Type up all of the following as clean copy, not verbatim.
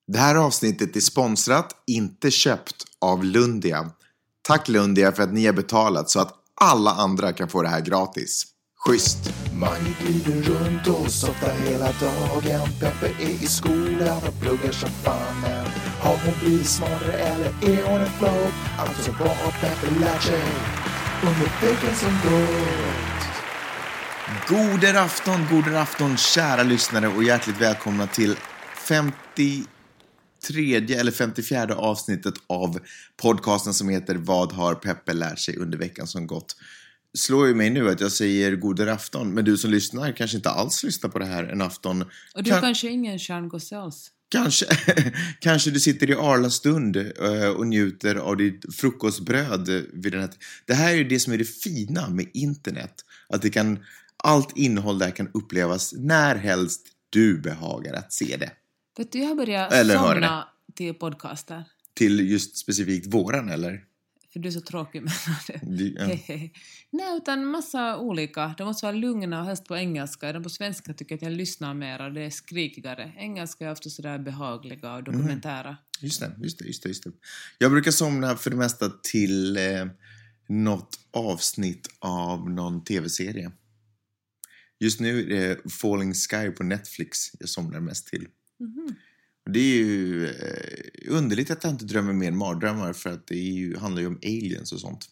Det här avsnittet är sponsrat, inte köpt, av Lundia. Tack Lundia för att ni har betalat så att alla andra kan få det här gratis. Schysst! Man glider runt och softar hela dagen. Peppe är i skolan och pluggar som fan. Har hon blivit smartare eller är hon en flow? Alltså vad har Peppe lärt sig under veckan som gått? God afton kära lyssnare och hjärtligt välkomna till 53 eller 54 avsnittet av podcasten som heter Vad har Peppe lärt sig under veckan som gått? Slår ju mig nu att jag säger god afton, men du som lyssnar kanske inte alls lyssnar på det här en afton. Och du kanske ingen stjärngosse alls. Kanske du sitter i Arlastund och njuter av ditt frukostbröd vid den här. Det här är ju det som är det fina med internet. Att allt innehåll där kan upplevas när helst du behagar att se det. Vet du, jag har börjat somna till podcaster. Till just specifikt våran, eller? För du är så tråkig med det. Nej, utan massa olika. De måste vara lugna och helst på engelska. De på svenska tycker att jag lyssnar mer och det är skrikigare. Engelska är ofta sådär behagliga och dokumentära. Just det. Jag brukar somna för det mesta till något avsnitt av någon tv-serie. Just nu är det Falling Sky på Netflix jag somnar mest till. Det är ju underligt att jag inte drömmer mer mardrömmar för att det handlar ju om aliens och sånt.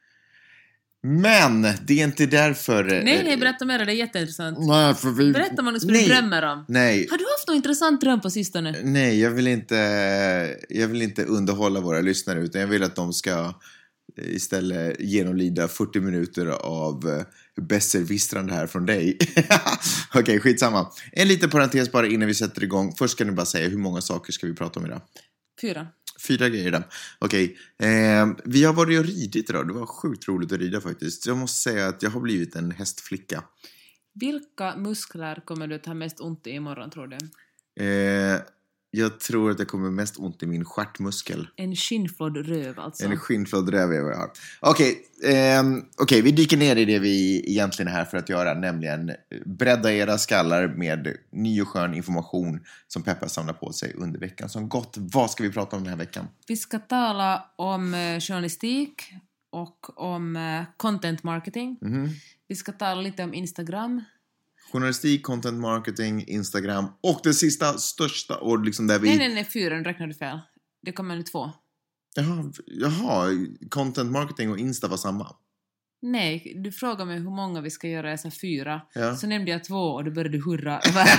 Men det är inte därför... Nej, berätta mer, det är jätteintressant. Nej, berätta vad du drömmer om. Nej. Har du haft någon intressant dröm på sistone? Nej, jag vill inte underhålla våra lyssnare utan jag vill att de ska istället genomlida 40 minuter av besservistrande här från dig. Okej, skitsamma. En liten parentes bara innan vi sätter igång. Först kan du bara säga hur många saker ska vi prata om idag? 4 grejer där. Okej. Vi har varit och ridit idag. Det var sjukt roligt att rida faktiskt. Jag måste säga att jag har blivit en hästflicka. Vilka muskler kommer du att ha mest ont i imorgon, tror du? Jag tror att det kommer mest ont i min stjärtmuskel. En skinnflådd röv alltså. En skinnflådd röv är vad jag har. Okej, vi dyker ner i det vi egentligen är här för att göra. Nämligen bredda era skallar med ny och skön information som Peppa samlar på sig under veckan som gått. Vad ska vi prata om den här veckan? Vi ska tala om journalistik och om content marketing. Vi ska tala lite om Instagram. Journalistik, content marketing, Instagram och det sista, största och liksom där vi... Nej, 4, räknar du fel. Det kommer nu 2. Jaha, content marketing och Insta var samma. Nej, du frågar mig hur många vi ska göra, jag sa 4. Ja. Så nämnde jag 2 och då började du hurra.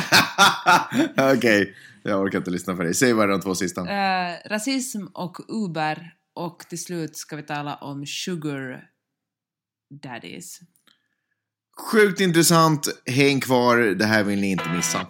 Okej, jag orkar inte lyssna på dig. Säg vad är de 2 sista. Rasism och Uber och till slut ska vi tala om sugar daddies. Sjukt intressant, häng kvar, det här vill ni inte missa.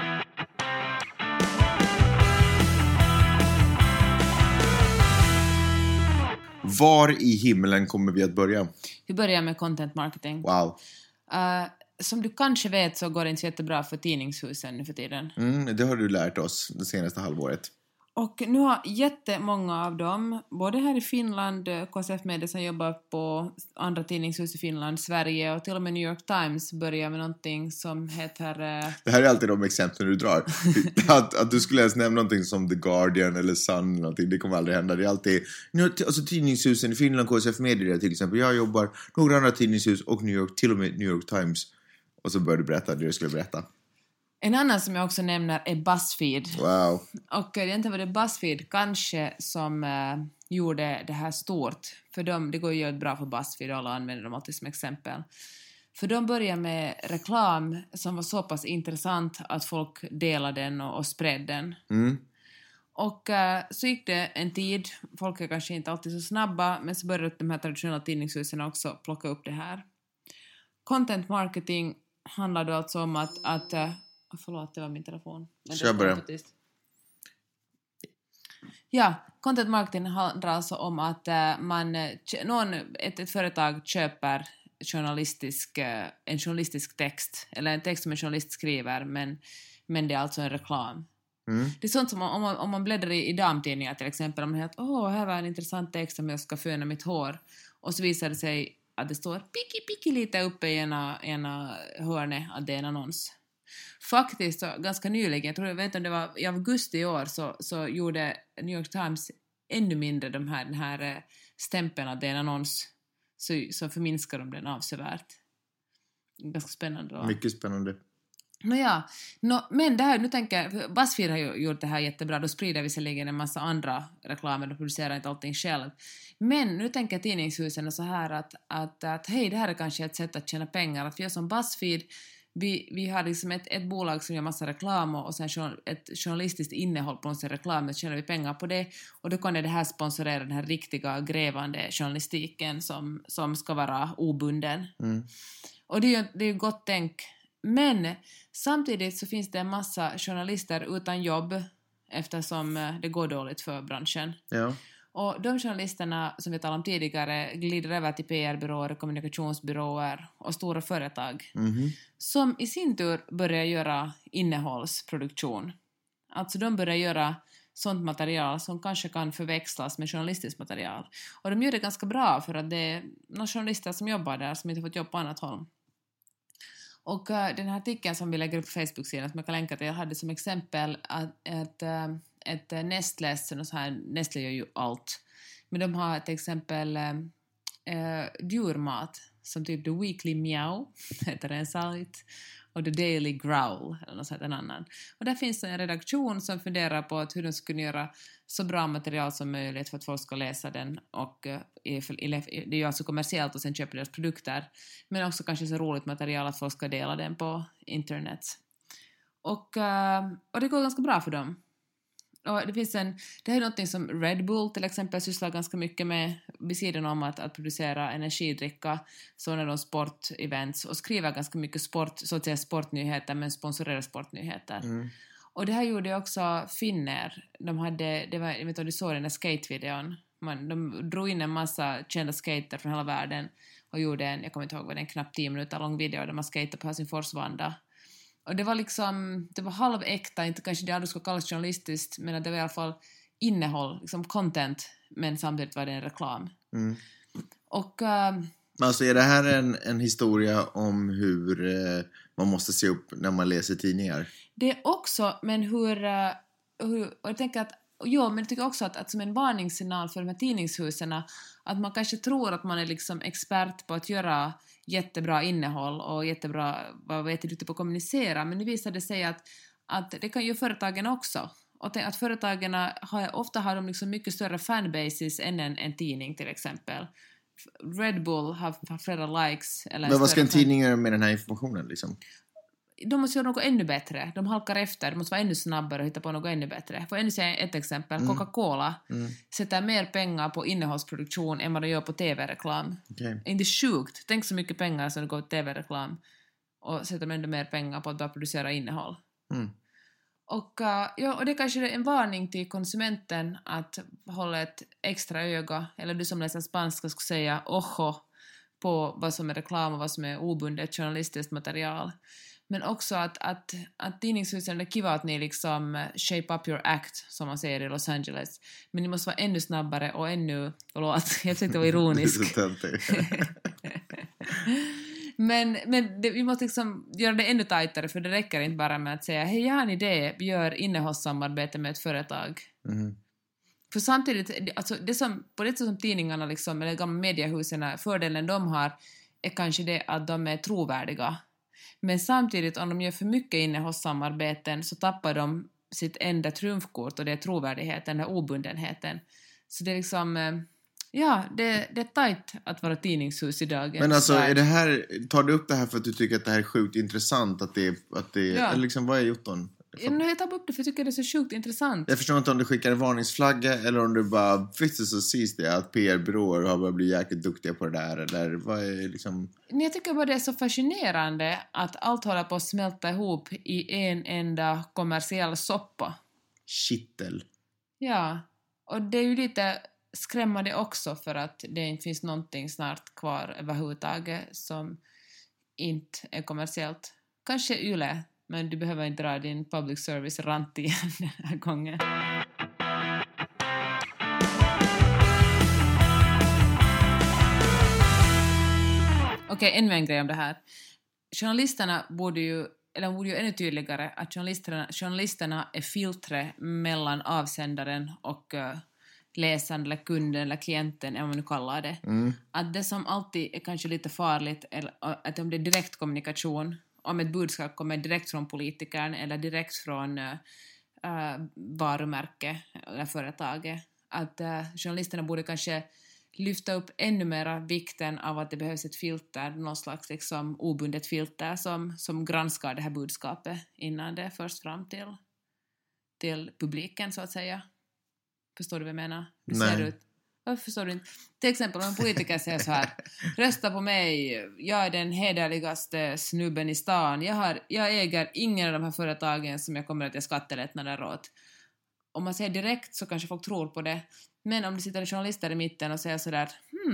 Var i himlen kommer vi att börja? Vi börjar med content marketing. Wow. Som du kanske vet så går det inte så jättebra för tidningshusen nu för tiden. Det har du lärt oss det senaste halvåret. Och nu har jättemånga av dem, både här i Finland, KSF Media som jobbar på andra tidningshus i Finland, Sverige och till och med New York Times börjar med någonting som heter... Det här är alltid de exemplen du drar. att du skulle ens nämna någonting som The Guardian eller Sun eller någonting, det kommer aldrig hända. Det är alltid... Alltså tidningshusen i Finland, KSF Media till exempel. Jag jobbar några andra tidningshus och till och med New York Times. Och så börjar du berätta det du skulle berätta. En annan som jag också nämner är BuzzFeed. Wow. Och egentligen var det BuzzFeed kanske som gjorde det här stort. För det går ju bra för BuzzFeed och alla använder dem alltid som exempel. För de började med reklam som var så pass intressant att folk delade den och spred den. Och så gick det en tid. Folk är kanske inte alltid så snabba, men så började de här traditionella tidningshusen också plocka upp det här. Content marketing handlar då alltså om att förlåt, det var min telefon. Kör bara. Ja, content marketing handlar alltså om att ett företag köper en journalistisk text, eller en text som en journalist skriver, men det är alltså en reklam. Det är sånt som om man bläddrar i damtidningar till exempel, om man säger att här var en intressant text om jag ska föna mitt hår, och så visar det sig att det står piki lite uppe i ena hörnet att det är en annons. Faktiskt så, ganska nyligen, jag tror jag vet inte om det var i augusti i år så gjorde New York Times ännu mindre den här stämpeln att det är en annons, så förminskar de den avsevärt. Ganska spännande då. Mycket spännande. Men det här, nu tänker jag, BuzzFeed har ju gjort det här jättebra, då sprider visserligen en massa andra reklamer och producerar inte allting själv. Men nu tänker tidningshusen så här att hej, det här är kanske ett sätt att tjäna pengar, att vi gör som BuzzFeed, vi har liksom ett bolag som gör massa reklam och sen ett journalistiskt innehåll på någon reklam, så tjänar vi pengar på det, och då kan det här sponsorera den här riktiga grävande journalistiken som ska vara obunden. Och det är ju gott tänk. Men samtidigt så finns det en massa journalister utan jobb eftersom det går dåligt för branschen. Ja. Och de journalisterna som vi talade om tidigare glider över till PR-byråer, kommunikationsbyråer och stora företag som i sin tur börjar göra innehållsproduktion. Alltså de börjar göra sånt material som kanske kan förväxlas med journalistiskt material. Och de gör det ganska bra för att det är några journalister som jobbar där som inte fått jobb på annat håll. Och den här artikeln som vi lägger upp på Facebook-sidan som jag kan länka till, jag hade som exempel ett Nestlé, Nestlé gör ju allt, men de har ett exempel djurmat som typ The Weekly Meow heter en sajt, och The Daily Growl eller något sånt, en annan. Och där finns en redaktion som funderar på hur de ska kunna göra så bra material som möjligt för att folk ska läsa den, och det är ju alltså kommersiellt och sen köper deras produkter, men också kanske så roligt material att folk ska dela den på internet. Och det går ganska bra för dem. Och det här är något som Red Bull till exempel sysslar ganska mycket med vid sidan om att producera energidricka, sådana de sportevents, och skriver ganska mycket så att säga sportnyheter, men sponsorerar sportnyheter. Och det här gjorde också Finnair. De hade, jag vet inte om du såg den där skatevideon. De drog in en massa kända skater från hela världen och gjorde jag kommer inte ihåg vad det är, en knappt 10 minuter lång video där man skater på Helsingforsvanda. Och det var halväkta, inte kanske det aldrig ska kallas journalistiskt, men det var i alla fall innehåll, liksom content, men samtidigt var det en reklam. Och alltså är det här en historia om hur man måste se upp när man läser tidningar? Det är också, men och jag tänker att men jag tycker också att som en varningssignal för de här tidningshusen, att man kanske tror att man är liksom expert på att göra jättebra innehåll och jättebra, vad vet du, på att kommunicera, men nu visar det sig att det kan ju företagen också. Och att företagen ofta har de liksom mycket större fanbases än en tidning till exempel. Red Bull har flera likes. Eller men vad ska en tidning göra med den här informationen liksom? De måste göra något ännu bättre. De halkar efter. De måste vara ännu snabbare och hitta på något ännu bättre. Får ännu säga ett exempel. Coca-Cola sätter mer pengar på innehållsproduktion än vad de gör på tv-reklam. Okay. Är inte sjukt? Tänk så mycket pengar som det går på tv-reklam. Och sätter ännu mer pengar på att bara producera innehåll. Och det är kanske en varning till konsumenten att hålla ett extra öga. Eller du som läser spanska ska säga ojo på vad som är reklam och vad som är obundet journalistiskt material. Men också att tidningshusen är kiva att ni liksom shape up your act, som man säger i Los Angeles. Men ni måste vara ännu snabbare och ännu... Förlåt, jag försökte vara ironisk. men vi måste liksom göra det ännu tajtare, för det räcker inte bara med att säga hej, jag har en idé, vi gör innehållssamarbete med ett företag. För samtidigt, alltså på det som tidningarna liksom, eller gamla mediehusen, fördelen de har är kanske det att de är trovärdiga. Men samtidigt, om de gör för mycket innehållssamarbeten så tappar de sitt enda trumfkort, och det är trovärdigheten, den här obundenheten. Så det är liksom, det är tajt att vara tidningshus idag. Men alltså, tar du upp det här för att du tycker att det här är sjukt intressant? Att det eller liksom, vad är jotton? Jag tar upp det för jag tycker det är så sjukt intressant. Jag förstår inte om du skickar en varningsflagga eller om du bara visste så sist det att PR-byråer har börjat bli jäkligt duktiga på det där, eller vad är liksom... Men jag tycker bara det är så fascinerande att allt håller på att smälta ihop i en enda kommersiell soppa. Kittel. Ja, och det är ju lite skrämmande också, för att det inte finns någonting snart kvar överhuvudtaget som inte är kommersiellt. Kanske Yle. Men du behöver inte dra din public service rant igen den här gången. Okej, ännu en grej om det här. Journalisterna borde ju eller hon borde ju ännu tydligare, att journalisterna är filtre mellan avsändaren och läsaren eller kunden eller klienten, eller vad man nu kallar det. Att det som alltid är kanske lite farligt är att om det är direktkommunikation, om ett budskap kommer direkt från politikern eller direkt från varumärke eller företaget, att journalisterna borde kanske lyfta upp ännu mera vikten av att det behövs ett filter, någon slags liksom obundet filter som granskar det här budskapet innan det förs fram till publiken, så att säga. Förstår du vad jag menar? Hur ser det ut? Varför förstår du inte? Till exempel om en politiker säger så här: rösta på mig, jag är den hederligaste snubben i stan, jag äger ingen av de här företagen som jag kommer att ge skattelättnader åt. Om man säger direkt så kanske folk tror på det, men om det sitter journalister i mitten och säger sådär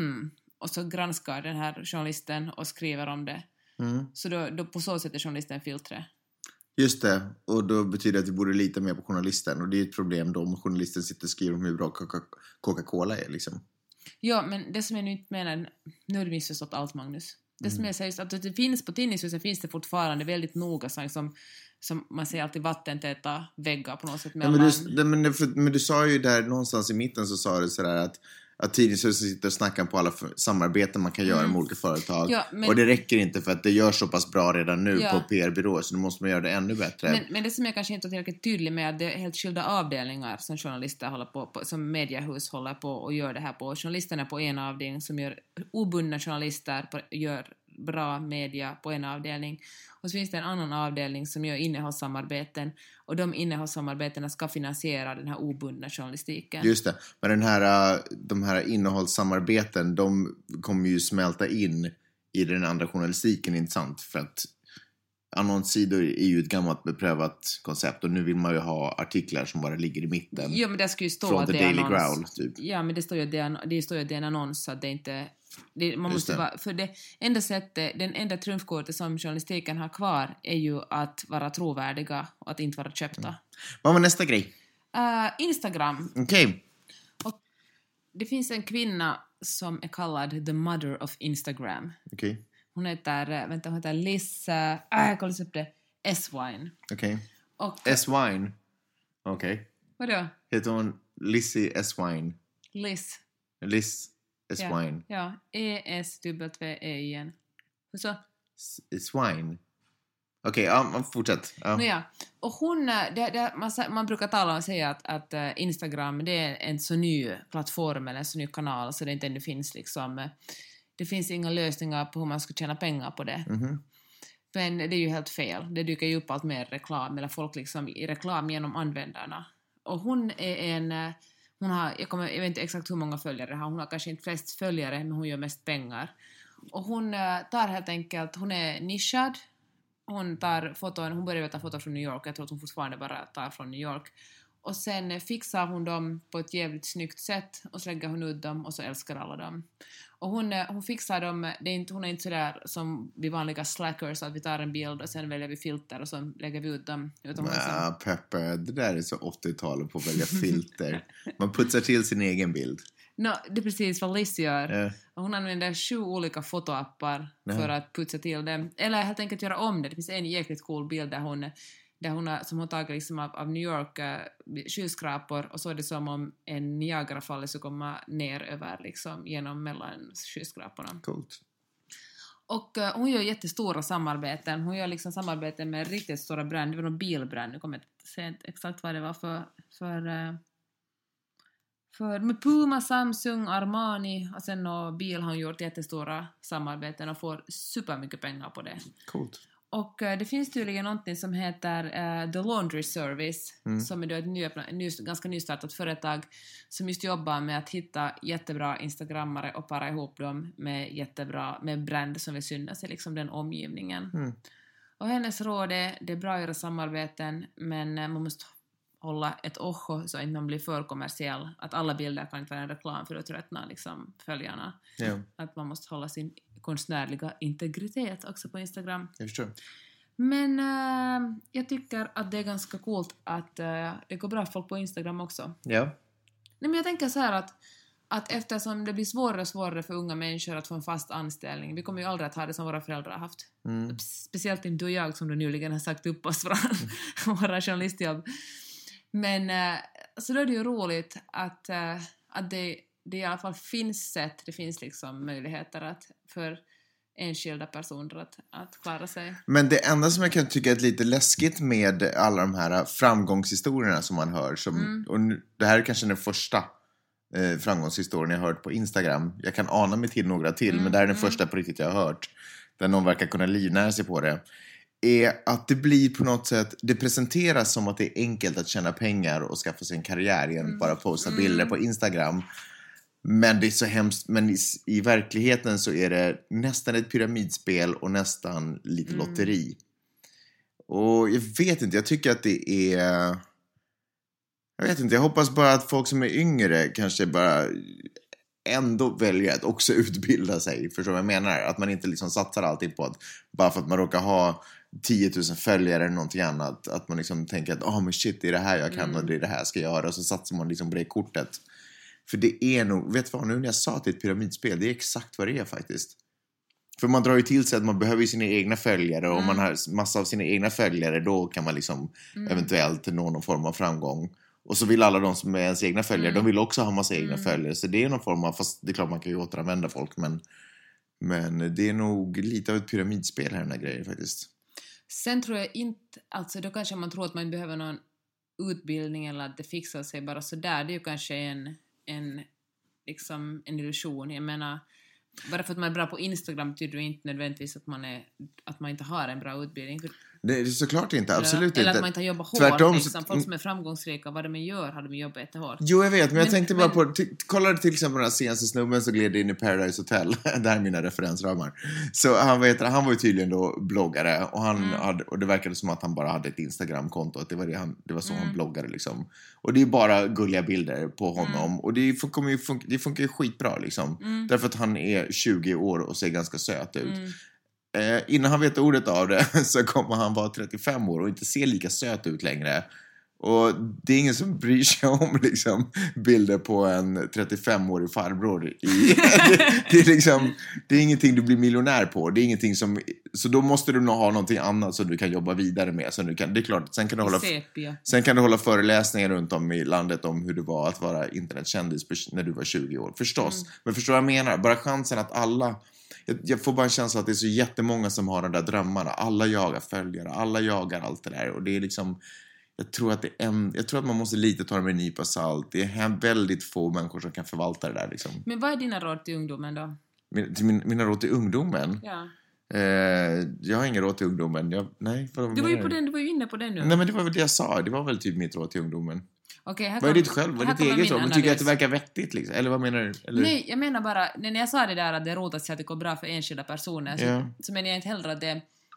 och så granskar den här journalisten och skriver om det, så då på så sätt är journalisten filtre. Just det, och då betyder det att vi borde lita mer på journalisten, och det är ett problem då om journalisten sitter och skriver om hur bra Coca-Cola är liksom. Ja, men det som jag nu inte menar, nu har du missförstått allt, Magnus. Det som jag säger är att det finns på tidningshusen finns det fortfarande väldigt noga som man säger alltid vattentäta väggar på något sätt mellan. Ja, men du sa ju där någonstans i mitten, så sa du sådär att tidningshusen sitter och snackar på alla samarbeten man kan göra med olika företag. Ja, och det räcker inte, för att det gör så pass bra redan nu på PR-byråer, så nu måste man göra det ännu bättre. Men det som jag kanske inte är tillräckligt tydlig med, att det är helt skilda avdelningar som journalister håller på som mediehus håller på och gör det här på. Journalisterna på en avdelning som gör obundna journalister gör bra media på en avdelning, och så finns det en annan avdelning som gör innehållssamarbeten, och de innehållssamarbetena ska finansiera den här obundna journalistiken. Just det, men de här innehållssamarbeten, de kommer ju smälta in i den andra journalistiken, inte sant? För att annonssidor är ju ett gammalt beprövat koncept, och nu vill man ju ha artiklar som bara ligger i mitten. Ja, men det ska ju stå från att The det är Daily annons. Growl typ. Ja, men det står ju att det är en annons, så att det inte man måste vara, för det enda sättet, den enda trumfkortet som journalistiken har kvar är ju att vara trovärdiga och att inte vara köpta. Vad var nästa grej? Instagram. Okej. Och det finns en kvinna som är kallad the mother of Instagram. Okej. Hon heter Liz, jag kollar upp det, Eswine. Okej. Eswine. Okej. Vadå? Heter hon Lizzie Eswine? Liz Eswine. Ja, E-S-W-E-I-N. Hur så? Swine. Okej, ja, fortsätt. Ja. Ja. Och hon, man brukar tala och säga att Instagram, det är en så ny plattform eller en så ny kanal, så det inte ännu finns liksom, det finns inga lösningar på hur man ska tjäna pengar på det. Men det är ju helt fel. Det dyker ju upp allt mer reklam, eller folk liksom i reklam genom användarna. Och hon är jag vet inte exakt hur många följare hon har kanske inte flest följare, men hon gör mest pengar. Och hon tar helt enkelt, hon är nischad. Hon börjar ta foton från New York. Jag tror att hon fortfarande bara tar från New York. Och sen fixar hon dem på ett jävligt snyggt sätt, och så lägger hon ut dem, och så älskar alla dem. Och hon fixar dem, hon är inte sådär som vi vanliga slackers, att vi tar en bild och sen väljer vi filter och så lägger vi ut dem. Pepper, det där är så 80-talet på att välja filter. Man putsar till sin egen bild. Det är precis vad Liz gör. Och hon använder 7 olika fotoappar för att putsa till dem. Eller helt enkelt göra om det. Det finns en jäkligt cool bild där hon som hon tagit liksom av New York skyskrapor, och så är det som om en Niagarafall så kommer ner över liksom genom mellan skyskraporna. Coolt. Och hon gör jättestora samarbeten. Hon gör liksom samarbeten med riktigt stora brand. Det var någon bilbrand. Nu kommer jag inte säga exakt vad det var för med Puma, Samsung, Armani, och sen och bil har hon gjort jättestora samarbeten och får supermycket pengar på det. Coolt. Och det finns tydligen någonting som heter The Laundry Service, som är då ett ganska nystartat företag som just jobbar med att hitta jättebra instagrammare och para ihop dem med brand som vill synas i liksom den omgivningen. Och hennes råd är, det är bra att göra samarbeten, men man måste hålla ett ojo så att man blir för kommersiell. Att alla bilder kan inte vara en reklam, för att tröttna liksom följarna. Ja. Att man måste hålla sin konstnärliga integritet också på Instagram. Jag förstår. Men jag tycker att det är ganska coolt att det går bra för folk på Instagram också. Ja. Nej, men jag tänker så här att eftersom det blir svårare och svårare för unga människor att få en fast anställning, vi kommer ju aldrig att ha det som våra föräldrar har haft. Speciellt inte du och jag som du nyligen har sagt upp oss från våra journalistjobb. Men så då är det ju roligt att det i alla fall finns sätt, det finns liksom möjligheter för enskilda personer att klara sig. Men det enda som jag kan tycka är lite läskigt med alla de här framgångshistorierna som man hör, och det här är kanske den första framgångshistorien jag har hört på Instagram. Jag kan ana mig till några till, men det här är den första på riktigt jag har hört, där någon verkar kunna livnära sig på det, är att det blir på något sät, det presenteras som att det är enkelt att tjäna pengar och skaffa sig en karriär genom bara posta bilder på Instagram. Men det är så hemskt, men i verkligheten så är det nästan ett pyramidspel och nästan lite lotteri. Och jag vet inte, jag tycker att det är... Jag vet inte, jag hoppas bara att folk som är yngre kanske bara ändå väljer att också utbilda sig. Förstår vad jag menar? Att man inte liksom satsar alltid på att bara för att man råkar ha 10 000 följare eller någonting annat. Att man liksom tänker att men shit, det är det här jag kan och det är det här jag ska göra. Och så satsar man liksom på det kortet. För det är nog, vet du vad, nu när jag sa att det är ett pyramidspel, det är exakt vad det är faktiskt. För man drar ju till sig att man behöver sina egna följare, och om man har massa av sina egna följare, då kan man liksom eventuellt nå någon form av framgång. Och så vill alla de som är ens egna följare, de vill också ha massa egna följare. Så det är någon form av, fast det är klart man kan ju återanvända folk, men det är nog lite av ett pyramidspel här, den här grejen faktiskt. Sen tror jag inte, alltså då kanske man tror att man behöver någon utbildning eller att det fixar sig bara så där. Det är ju kanske en illusion. Jag menar, bara för att man är bra på Instagram betyder det inte nödvändigtvis att man inte har en bra utbildning. Det är såklart inte, absolut inte. Eller att man inte har jobbat hårt. Tvärtom, liksom. Folk som är framgångsrika, vad de gör, har de jobbat jättehårt. Jo, jag vet, men jag tänkte bara på... Kollade till exempel den här senaste snubben som gled in i Paradise Hotel. Det här är mina referensramar. Så han var ju tydligen då bloggare. Och det verkade som att han bara hade ett Instagram-konto. Att det var så han bloggade liksom. Och det är bara gulliga bilder på honom. Och det funkar ju skitbra liksom. Därför att han är 20 år och ser ganska söt ut. Innan han vet ordet av det så kommer han vara 35 år och inte se lika söt ut längre. Och det är ingen som bryr sig om liksom bilder på en 35-årig farbror. Det är ingenting du blir miljonär på. Det är ingenting som, så då måste du nog ha någonting annat som du kan jobba vidare med. Så det är klart, sen kan du hålla föreläsningar runt om i landet om hur det var att vara internetkändis när du var 20 år. Förstås. Men förstår vad jag menar? Bara chansen att alla... Jag får bara en känsla att det är så jättemånga som har de där drömmarna. Alla jagar följare, alla jagar allt det där. Och det är liksom... Jag tror att man måste lite ta det med en nypa salt. Det är väldigt få människor som kan förvalta det där liksom. Men vad är dina råd till ungdomen då? Mina råd till ungdomen? Ja. Jag har ingen råd till ungdomen. Du var ju inne på den nu. Nej, men det var väl det jag sa. Det var väl typ mitt råd till ungdomen. Okej, vad är ditt själv? Vad är ditt eget råd? Men tycker jag att det verkar vettigt liksom? Eller vad menar du? Eller? Nej, jag menar bara, när jag sa det där att det är roligt att säga att det går bra för enskilda personer, så menar jag inte heller att det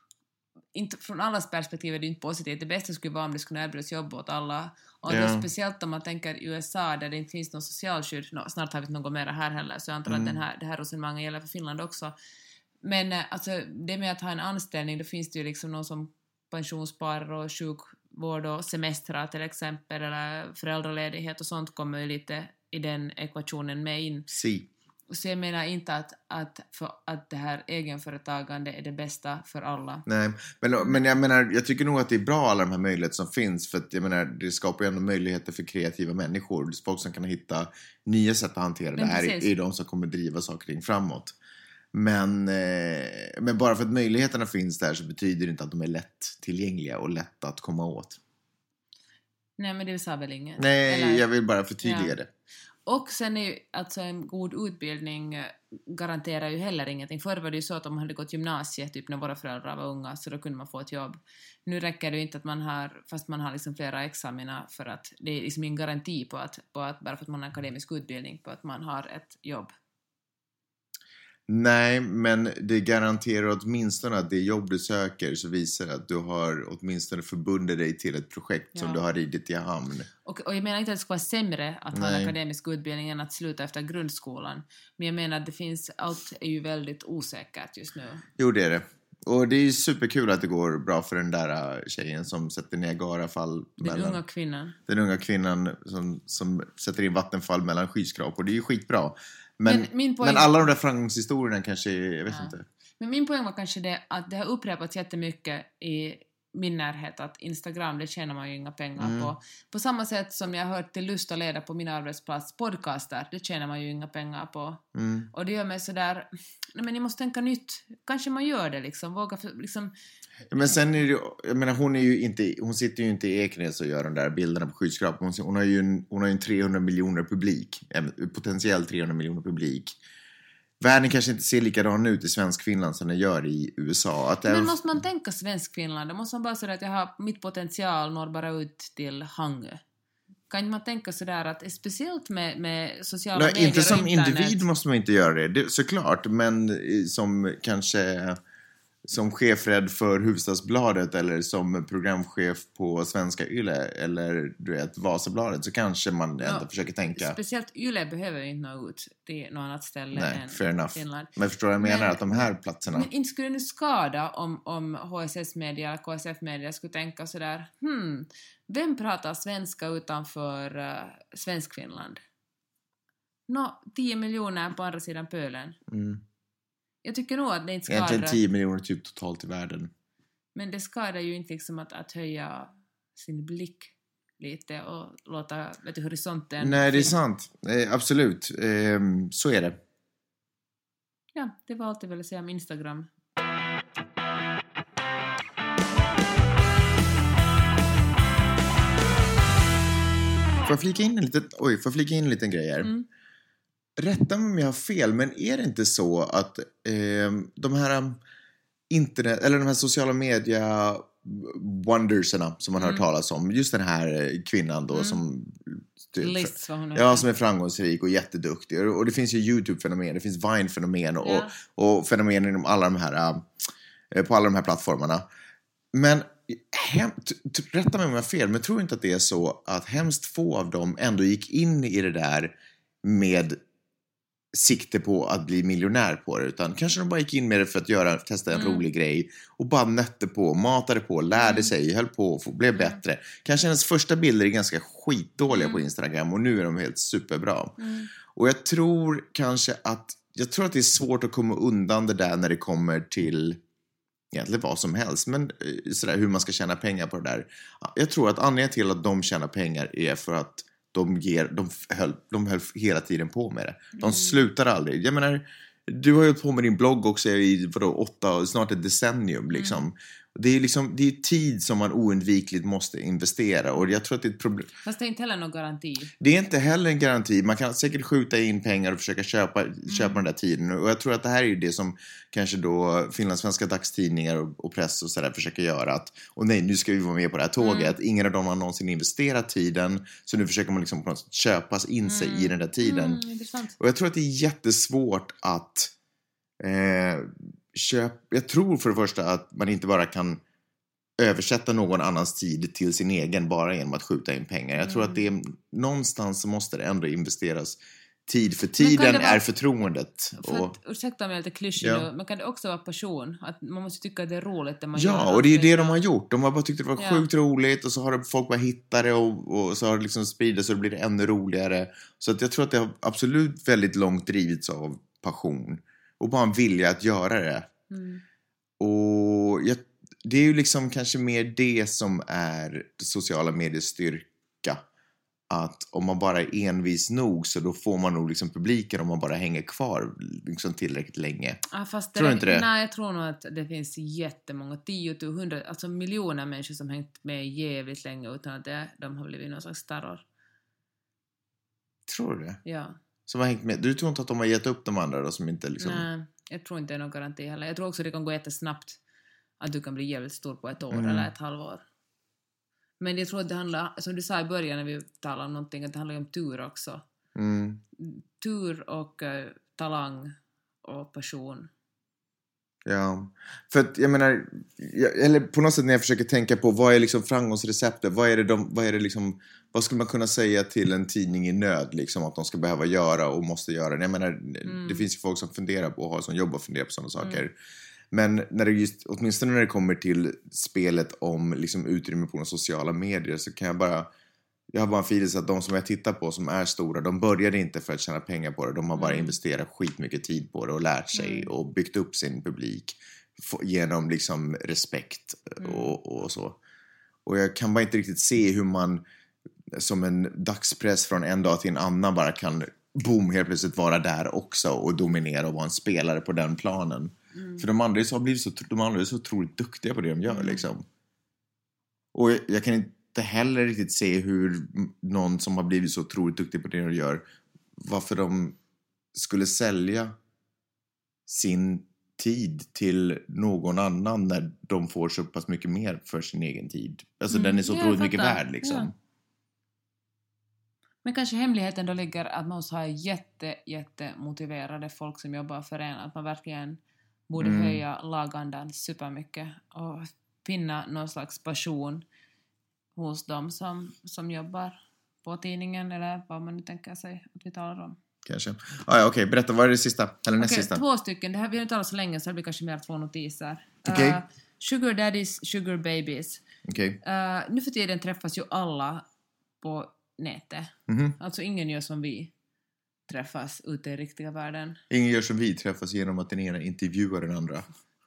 inte, från allas perspektiv är det inte positivt. Det bästa skulle vara om det skulle erbjudas jobb åt alla. Och då, speciellt om man tänker i USA där det inte finns någon socialskydd. Snart har vi inte något mer här heller, så jag antar att det här resonemanget gäller för Finland också. Men alltså, det med att ha en anställning, då finns det ju liksom någon som pensionssparar och sjukvård och semestrar till exempel, eller föräldraledighet och sånt kommer ju lite i den ekvationen med in. Så jag menar inte att det här egenföretagande är det bästa för alla. Nej, men jag menar, jag tycker nog att det är bra alla de här möjligheter som finns. För att jag menar, det skapar ju ändå möjligheter för kreativa människor. Folk som kan hitta nya sätt att hantera det här är de som kommer driva saker kring framåt. Men bara för att möjligheterna finns där så betyder det inte att de är lätt tillgängliga och lätt att komma åt. Nej, men det sa väl inget. Nej, eller? Jag vill bara förtydliga det. Och sen är ju alltså en god utbildning garanterar ju heller ingenting. Förr var det ju så att om man hade gått gymnasiet typ när våra föräldrar var unga, så då kunde man få ett jobb. Nu räcker det ju inte att man har, fast man har liksom flera examina, för att det är liksom en garanti på att bara för att man har akademisk utbildning på att man har ett jobb. Nej, men det garanterar åtminstone att det jobb du söker så visar att du har åtminstone förbundit dig till ett projekt som du har ridit i hamn. Och jag menar inte att det ska vara sämre att ha en akademisk utbildning än att sluta efter grundskolan. Men jag menar att allt är ju väldigt osäkert just nu. Jo, det är det. Och det är superkul att det går bra för den där tjejen som sätter Niagarafall Den unga kvinnan. Den unga kvinnan som sätter in vattenfall mellan skyskrapor. Det är ju skitbra. Men alla de där framgångshistorierna kanske, jag vet inte. Men min poäng var kanske det att det har upprepats jättemycket i min närhet att Instagram, det tjänar man ju inga pengar på. På samma sätt som jag har hört till lust och leda på min arbetsplats, podcaster, det tjänar man ju inga pengar på. Och det gör mig sådär, nej men ni måste tänka nytt. Kanske man gör det liksom, våga liksom. Men sen är det ju, jag menar hon sitter ju inte i Eknäs och gör de där bilderna på skyskrapor. Hon har ju en 300 miljoner publik, potentiellt 300 miljoner publik. Världen kanske inte ser likadan ut i Svensk-Finland som den gör i USA. Men måste man tänka Svensk-Finland? Då måste man bara säga att jag har mitt potential når bara ut till Hangö. Kan man tänka sådär att speciellt med sociala medier inte som och internet. individ måste man inte göra det såklart. Men som kanske som chefred för Hufvudstadsbladet eller som programchef på Svenska Yle eller du vet Vasabladet så kanske man ändå försöker tänka. Speciellt Yle behöver ju inte nå ut till något annat ställe än fair enough. Finland. Men förstår jag menar att de här platserna. Men inte skulle det nu skada om HSS-media eller KSF-media skulle tänka sådär, vem pratar svenska utanför Svensk-Finland? 10 miljoner på andra sidan pölen. Jag tycker nog att det inte skadar. Egentligen 10 miljoner typ totalt i världen. Men det skadar ju inte liksom att höja sin blick lite och låta horisonten. Nej, det är sant. Absolut. Så är det. Ja, det var allt jag ville säga om Instagram. Får jag flika in en liten grej här? Rätta mig om jag har fel, men är det inte så att de här internet eller de här sociala media wondersarna som man har hört talas om, just den här kvinnan då som Liz, vad hon är. Ja, som är framgångsrik och jätteduktig, och det finns ju YouTube-fenomen, det finns Vine-fenomen och fenomen inom alla de här på alla de här plattformarna. Men rätta mig om jag har fel, men tror inte att det är så att hemskt få av dem ändå gick in i det där med sikte på att bli miljonär på det, utan kanske de bara gick in med det för att testa en rolig grej och bara nötte på, matade på, lärde sig, höll på och blev bättre. Kanske hennes första bilder är ganska skitdåliga på Instagram och nu är de helt superbra. Och jag tror att det är svårt att komma undan det där när det kommer till egentligen vad som helst, men sådär, hur man ska tjäna pengar på det där. Jag tror att anledningen till att de tjänar pengar är för att de höll hela tiden på med det. De slutar aldrig. Jag menar, du har ju hållit på med din blogg också i snart ett decennium liksom. Det är tid som man oundvikligt måste investera, och jag tror att det är ett problem. Fast det är inte heller någon garanti. Det är inte heller en garanti. Man kan säkert skjuta in pengar och försöka köpa den där tiden. Och jag tror att det här är ju det som kanske då finlandssvenska dagstidningar och press och sådär försöker göra. Och nej, nu ska vi vara med på det här tåget. Ingen av dem har någonsin investerat tiden. Så nu försöker man liksom på något sätt köpas in sig i den där tiden. Och jag tror att det är jättesvårt att jag tror för det första att man inte bara kan översätta någon annans tid till sin egen bara genom att skjuta in pengar. Jag tror att det är någonstans så måste det ändå investeras tid, för tiden är förtroendet. Ursäkta om jag är lite klyschig nu, men kan det också vara passion? Att man måste tycka att det är roligt det man gör. Ja, och det är det de har gjort. De har bara tyckt att det var sjukt roligt, och så har folk bara hittat det och så har det liksom spridit, så det blir det ännu roligare. Så att jag tror att det har absolut väldigt långt drivits av passion och bara en vilja att göra det. Och det är ju liksom kanske mer det som är sociala mediers styrka. Att om man bara är envis nog, så då får man nog liksom publiken om man bara hänger kvar liksom tillräckligt länge. Fast tror du inte det? Nej, jag tror nog att det finns jättemånga, 10-100, alltså miljoner människor som hängt med jävligt länge utan att de har blivit någon slags starrar. Tror du det? Ja. Som har hängt med. Du tror inte att de har gett upp de andra då, som inte liksom... Nej, jag tror inte det är någon garanti heller. Jag tror också att det kan gå jättesnabbt att du kan bli jävligt stor på ett år eller ett halvår. Men jag tror att det handlar, som du sa i början när vi talade om någonting, att det handlar om tur också. Tur och talang och passion. Ja, för att jag menar, eller på något sätt när jag försöker tänka på vad är liksom framgångsreceptet, vad skulle man kunna säga till en tidning i nöd liksom, att de ska behöva göra och måste göra. Jag menar, det finns ju folk som funderar på att ha som jobb och fundera på sådana saker. Men när det just, åtminstone när det kommer till spelet om liksom utrymme på de sociala medier, så kan jag har bara en feeling att de som jag tittar på som är stora, de började inte för att tjäna pengar på det. De har bara investerat skitmycket tid på det och lärt sig och byggt upp sin publik genom liksom respekt och så. Och jag kan bara inte riktigt se hur man som en dagspress från en dag till en annan bara kan helt plötsligt vara där också och dominera och vara en spelare på den planen. För de andra är så otroligt duktiga på det de gör liksom. Och jag kan inte heller riktigt se hur någon som har blivit så otroligt duktig på det de gör, varför de skulle sälja sin tid till någon annan när de får så pass mycket mer för sin egen tid. Alltså den är så otroligt mycket värd liksom. Ja. Men kanske hemligheten då ligger att man måste ha jätte motiverade folk som jobbar för en. Att man verkligen borde höja lagandan supermycket och finna någon slags passion hos dem som jobbar på tidningen eller vad man nu tänker sig att vi talar om. Kanske. Okej, berätta, vad är det sista? Eller näst sista? 2 stycken. Det här, vi har inte talat så länge så det blir kanske mer 2 notiser. Okay. Sugar daddies, sugar babies. Okay. Nu för tiden träffas ju alla på nätet. Alltså ingen gör som vi träffas ute i riktiga världen. Ingen gör som vi träffas genom att den ena intervjuar den andra.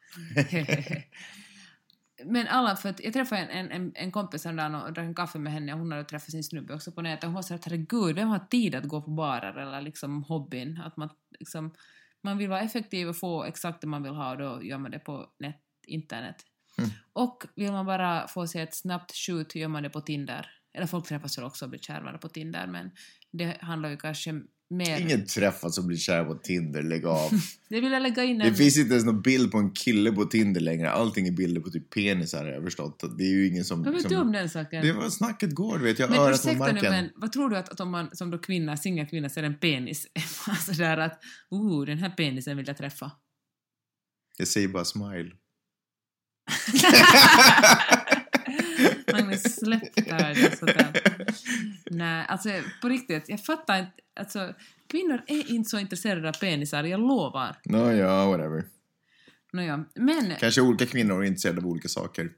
Men alla, för att jag träffade en kompis där och drack en kaffe med henne och hon hade träffat sin snubbe också på nätet och hon sa att herregud, vem har tid att gå på barer eller liksom hobbyn, att man vill vara effektiv och få exakt det man vill ha och då gör man det på internet. Och vill man bara få sig ett snabbt shoot gör man det på Tinder. Eller folk träffas väl också och blir kärvare på Tinder, men det handlar ju kanske mer... Ingen träffas och blir kär på Tinder, lägg av. Det vill jag lägga in Det finns inte ens någon bild på en kille på Tinder längre. Allting är bilder på typ penisar, jag har förstått. Det är ju ingen som... Vad vet du om den saken? Det var snacket går, vet jag. Men Örat på marken. nu, men vad tror du att om man som då singelkvinna ser en penis alltså där att, den här penisen vill jag träffa? Jag säger bara smile. Magnus, släpp där. Nej, alltså på riktigt, jag fattar inte, alltså kvinnor är inte så intresserade av penisar, jag lovar. Whatever. Men... Kanske olika kvinnor är intresserade av olika saker.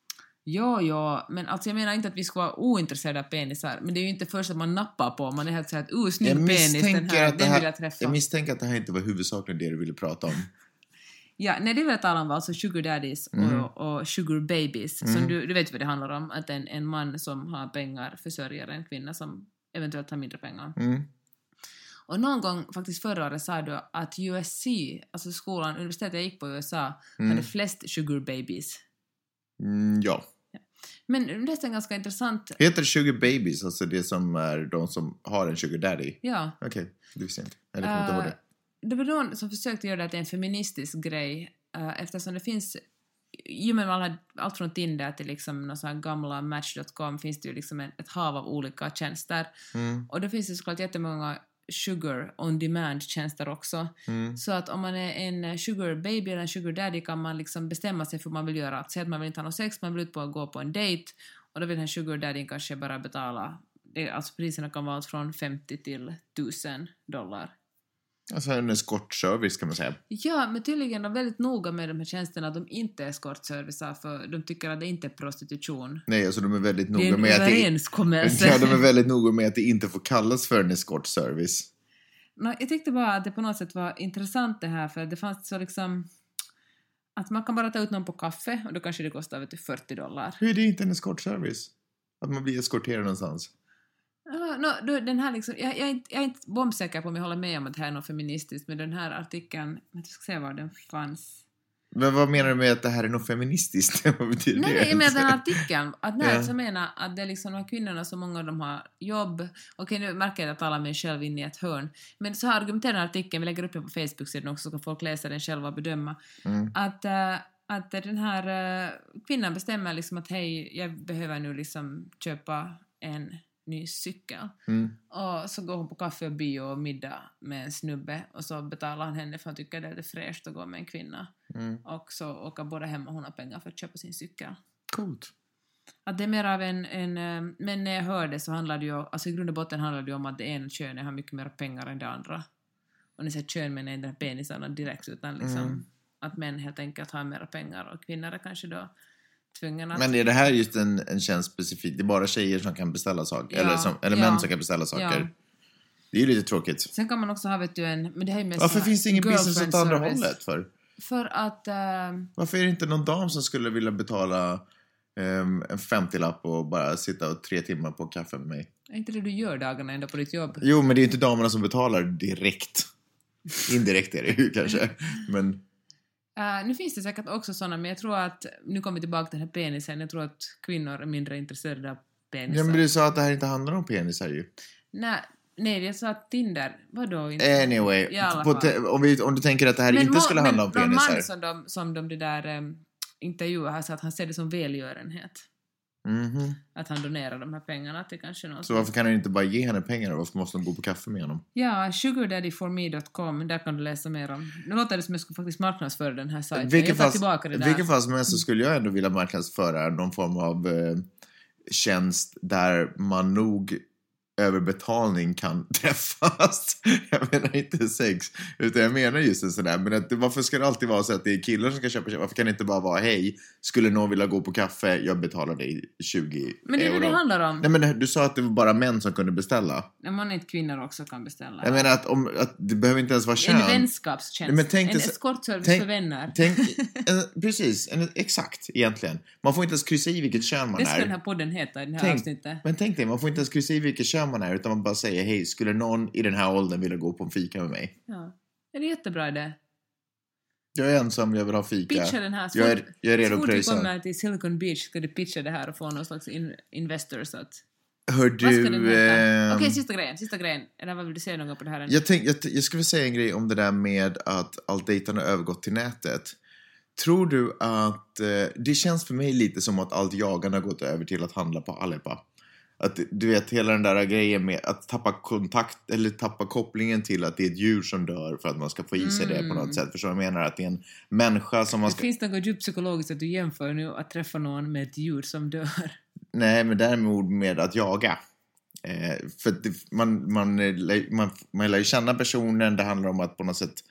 Ja, men alltså jag menar inte att vi ska vara ointresserade av penisar, men det är ju inte först att man nappar på, man är helt så här att snygg penis, den vill jag träffa. Jag misstänker att det här inte var huvudsakligen det du ville prata om. Ja, det vill jag tala om var alltså sugar daddies och sugar babies. Som du vet vad det handlar om. Att en man som har pengar försörjer en kvinna som eventuellt har mindre pengar. Och någon gång, faktiskt förra året, sa du att USC, alltså universitetet jag gick på i USA, hade flest sugar babies. Ja. Men det är ganska intressant. Heter sugar babies alltså det som är de som har en sugar daddy? Ja. Okej, det visste jag inte. Eller kommer inte ihåg det. Det var någon som försökte göra det till en feministisk grej eftersom det finns ju med allt från Tinder till liksom någon sån här gamla Match.com finns det ju liksom ett hav av olika tjänster och det finns ju såklart jättemånga sugar on demand tjänster också så att om man är en sugar baby eller en sugar daddy kan man liksom bestämma sig för vad man vill göra, att säga att man vill inte ha någon sex, man vill ut på att gå på en date och då vill den sugar daddy kanske bara betala alltså priserna kan vara från $50 till $1,000. Alltså en eskortservice kan man säga. Ja, men tydligen är de väldigt noga med de här tjänsterna att de inte är eskortservicer för de tycker att det inte är prostitution. Nej, alltså de är väldigt noga med att de är väldigt noga med att det inte får kallas för en eskortservice. Jag tyckte bara att det på något sätt var intressant det här för det fanns så liksom att man kan bara ta ut någon på kaffe och då kanske det kostar $40. Hur är det inte en eskortservice? Att man blir eskorterad någonstans? Den här liksom, jag är inte bombsäker på om jag håller med om att det här är något feministiskt, men den här artikeln, jag ska se var den fanns. Men vad menar du med att det här är något feministiskt? Vad betyder det? Nej, jag menar den artikeln, att när jag menar att det är liksom de här kvinnorna så många av dem har jobb. Okej, nu märker jag att jag talar mig själv in i ett hörn. Men så argumenterar den artikeln, vi lägger upp den på Facebook-sidan också så kan folk läsa den själva och bedöma. Att den här kvinnan bestämmer liksom att hej, jag behöver nu liksom köpa en ny cykel. Och så går hon på kaffe och bio och middag med en snubbe och så betalar han henne för att han tycker det är fräscht att gå med en kvinna. Och så åker båda hem och hon har pengar för att köpa sin cykel. Coolt. Att det är mer av men när jag hörde så handlar det ju, alltså i grund och botten handlar det ju om att det ena könet har mycket mer pengar än det andra. Och ni säger kön men inte den penisarna direkt utan liksom att män helt enkelt har mera pengar och kvinnor är kanske då tvungna att... Men är det här just en tjänst specifikt? Det är bara tjejer som kan beställa saker? Eller män som kan beställa saker? Ja. Det är ju lite tråkigt. Sen kan man också ha, vet du, men det här är mest... Varför finns det ingen business åt andra service. hållet för? För att... Varför är det inte någon dam som skulle vilja betala en 50-lapp och bara sitta och 3 timmar på kaffe med mig? är inte det du gör dagarna ända på ditt jobb? Jo, men det är inte damerna som betalar direkt. Indirekt är det ju kanske. Men... Nu finns det säkert också sådana, men jag tror att... Nu kommer vi tillbaka till den här penisen. Jag tror att kvinnor är mindre intresserade av penisar. Ja, men du sa att det här inte handlar om penisar ju. Nej, jag sa att Tinder... Vadå inte? Anyway, I alla fall. om du tänker att det här inte skulle handla om penisar. Men man som de där intervjuar har sagt att han ser det som välgörenhet. Mhm. Att han donerar de här pengarna till kanske någon. Så varför kan han inte bara ge henne pengar? Varför måste de gå på kaffe med honom? Ja, sugardaddyforme.com, där kan du läsa mer om. Nu låter det som jag skulle faktiskt marknadsföra den här sajten. Vilket fall som helst så Mm. skulle jag ändå vilja marknadsföra någon form av tjänst där man nog över betalning kan träffas. Jag menar inte sex, utan jag menar just en sån där. Men att, varför ska det alltid vara så att det är killar som ska köpa? Varför kan det inte bara vara, hej, skulle någon vilja gå på kaffe, jag betalar dig 20 Men det är euro. det handlar om. Nej, men du sa att det var bara män som kunde beställa. När man inte kvinnor också kan beställa. Jag menar att det behöver inte ens vara kön. En vänskapstjänst. Men tänk en dig- eskortservice tänk- för vänner. Precis, exakt egentligen. Man får inte ens kryssa i vilket kön man Det ska är. den här podden heta i den här avsnittet. Men tänk dig, man får inte ens kryssa i vilket kön man är, utan man bara säger, hej, skulle någon i den här åldern vilja gå på en fika med mig? Ja. Det är en jättebra idé. Jag är ensam, jag vill ha fika. Pitcha den här. Jag är redo att Så fort du pröjsa. kommer till Silicon Beach ska du pitcha det här och få någon slags investors att... Hör Vad ska den heta? du... Okej, sista grejen. Eller vad vill du säga något på det här? Jag skulle säga en grej om det där med att allt dejtande har övergått till nätet. Tror du att... det känns för mig lite som att allt jagande har gått över till att handla på Alibaba. Att du vet, hela den där grejen med att tappa kontakt eller tappa kopplingen till att det är ett djur som dör för att man ska få i sig det på något sätt. För så jag menar att det är en människa som man Det ska... finns något djupt psykologiskt att du jämför nu att träffa någon med ett djur som dör. Nej, men däremot med att jaga. För att man lär ju känna personen. Det handlar om att på något sätt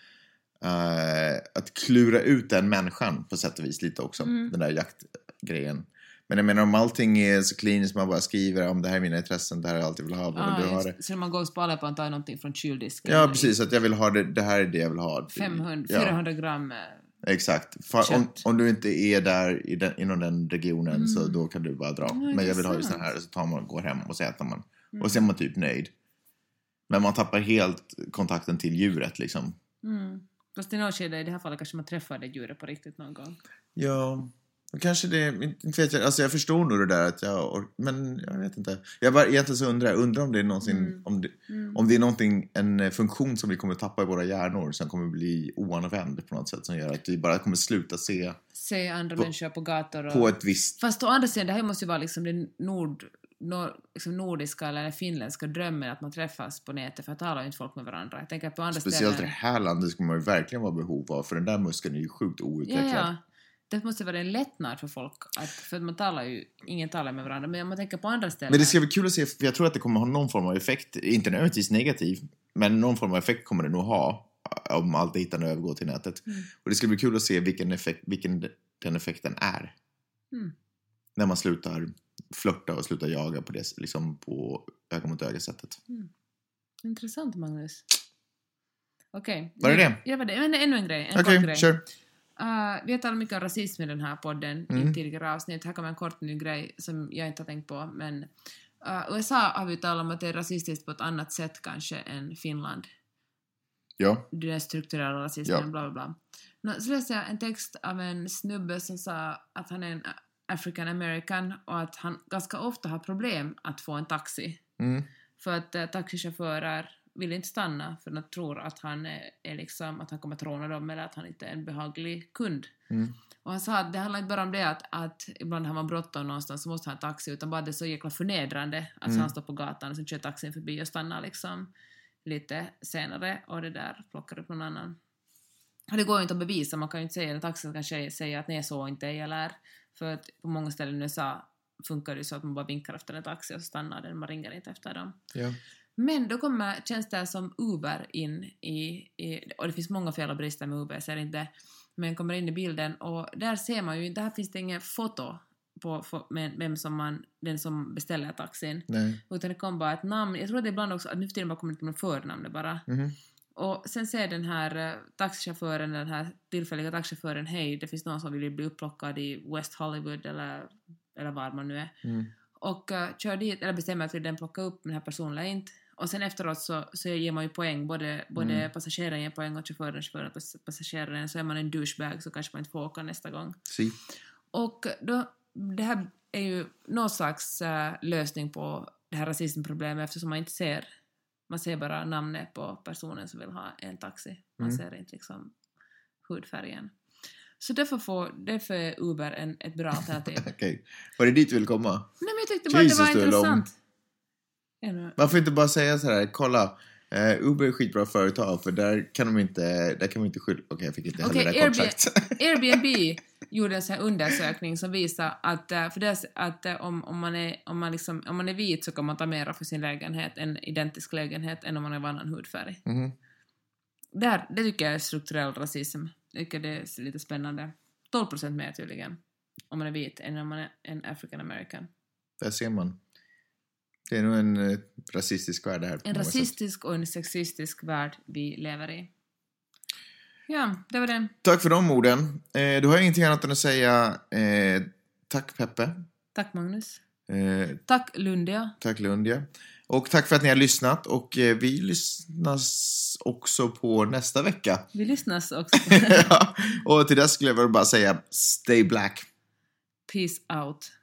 att klura ut den människan på sätt och vis lite också. Den där jaktgrejen. Men jag menar, om allting är så kliniskt, man bara skriver om det här är mina intressen, det här är allt jag vill ha. Du har det. Så man går och spalar på och tar någonting från kyldisken. Ja, precis. Att jag vill ha det, det här är det jag vill ha. 400 gram. Exakt. Om du inte är där inom den regionen så då kan du bara dra. Men jag vill ha just den här, så tar man, går hem och så äter man. Och så är man typ nöjd. Men man tappar helt kontakten till djuret liksom. Fast i något skede, i det här fallet kanske man träffar det djuret på riktigt någon gång. Ja, och kanske det, inte vet jag, alltså jag förstår nog det där att men jag vet inte. Jag bara egentligen så undrar om det är någonsin, om det är någonting, en funktion som vi kommer tappa i våra hjärnor som kommer bli oanvänd på något sätt som gör att vi bara kommer sluta se andra människor på gator och... på ett visst... Fast å andra sidan, det här måste ju vara liksom den liksom nordiska eller den finländska drömmen att man träffas på nätet, för att talar ju inte folk med varandra. Jag tänker på andra Speciellt i ställen. det här landet skulle man ju verkligen vara behov av, för den där muskeln är ju sjukt outvecklad. Ja. Det måste vara en lättnad för folk, för att man talar ju, ingen talar med varandra, men om man tänker på andra ställen. Men det ska bli kul att se, för jag tror att det kommer ha någon form av effekt, inte nödvändigtvis negativ, men någon form av effekt kommer det nog ha om allt hittande övergår till nätet. Och det ska bli kul att se vilken den effekten är. När man slutar flirta och slutar jaga på det, liksom på öga mot öga sättet. Intressant, Magnus. Okej. Var det det? Ja, var det. Men ännu en grej. Okej, kör. Vi har talat mycket om rasism i den här podden i tidigare avsnitt. Här kommer en kort ny grej som jag inte har tänkt på. Men USA har vi talat om att det är rasistiskt på ett annat sätt kanske än Finland. Ja. Den strukturella rasismen, bla bla bla. Så läste jag en text av en snubbe som sa att han är en African American och att han ganska ofta har problem att få en taxi. För att taxichaufförer vill inte stanna för de tror att han är liksom, att han kommer att råna dem eller att han inte är en behaglig kund. Och han sa att det handlar inte bara om det att ibland har man bråttom någonstans så måste han ha taxi, utan bara det är så jäkla förnedrande att han står på gatan och sen kör taxin förbi och stannar liksom lite senare och det där plockar upp någon annan. Och det går ju inte att bevisa, man kan ju inte säga att taxin kanske säga att nej, så inte eller för att på många ställen i USA funkar det så att man bara vinkar efter en taxi och så stannar den, man ringer inte efter dem. Ja. Men då kommer tjänster som Uber in och det finns många fel och brister med Uber, så är det inte. men kommer in i bilden och där ser man ju, där finns det inget foto på vem som den som beställer taxin. Nej. Utan det kom bara ett namn. Jag tror att det ibland också att nu för tiden bara kommer det med förnamn bara. Och sen säger den här taxichauffören, den här tillfälliga taxichauffören, hej, det finns någon som vill bli upplockad i West Hollywood eller var man nu är. Och kör dit, eller bestämmer att den plockar upp den här personen eller inte. Och sen efteråt så ger man ju poäng, både passageraren ger poäng och chauffören och passageraren. Så är man en douchebag så kanske man inte får åka nästa gång. Si. Och då, det här är ju någon slags lösning på det här rasismproblemet eftersom man ser bara namnet på personen som vill ha en taxi. Man ser inte liksom hudfärgen. Så därför är Uber ett bra alternativ. Okej. Var det dit du vill komma? Nej, men jag tyckte bara det var intressant. Varför inte bara säga så här, kolla, Uber är skitbra företag för där kan vi inte skylla. Okej, jag fick inte heller det kort sagt. Airbnb gjorde en sån här undersökning som visar att om man är vit så kan man ta mera för sin lägenhet, en identisk lägenhet, än om man är av annan hudfärg. Det tycker jag är strukturell rasism. Jag tycker det är lite spännande. 12% mer tydligen om man är vit än om man är en African American. Där ser man. Det är nog en rasistisk värld här. En rasistisk och en sexistisk värld vi lever i. Ja, det var det. Tack för de orden. Du har ingenting annat än att säga tack Peppe. Tack Magnus. Tack Lundia. Tack Lundia. Och tack för att ni har lyssnat. Och vi lyssnas också på nästa vecka. Vi lyssnas också. Och till det skulle jag bara säga stay black. Peace out.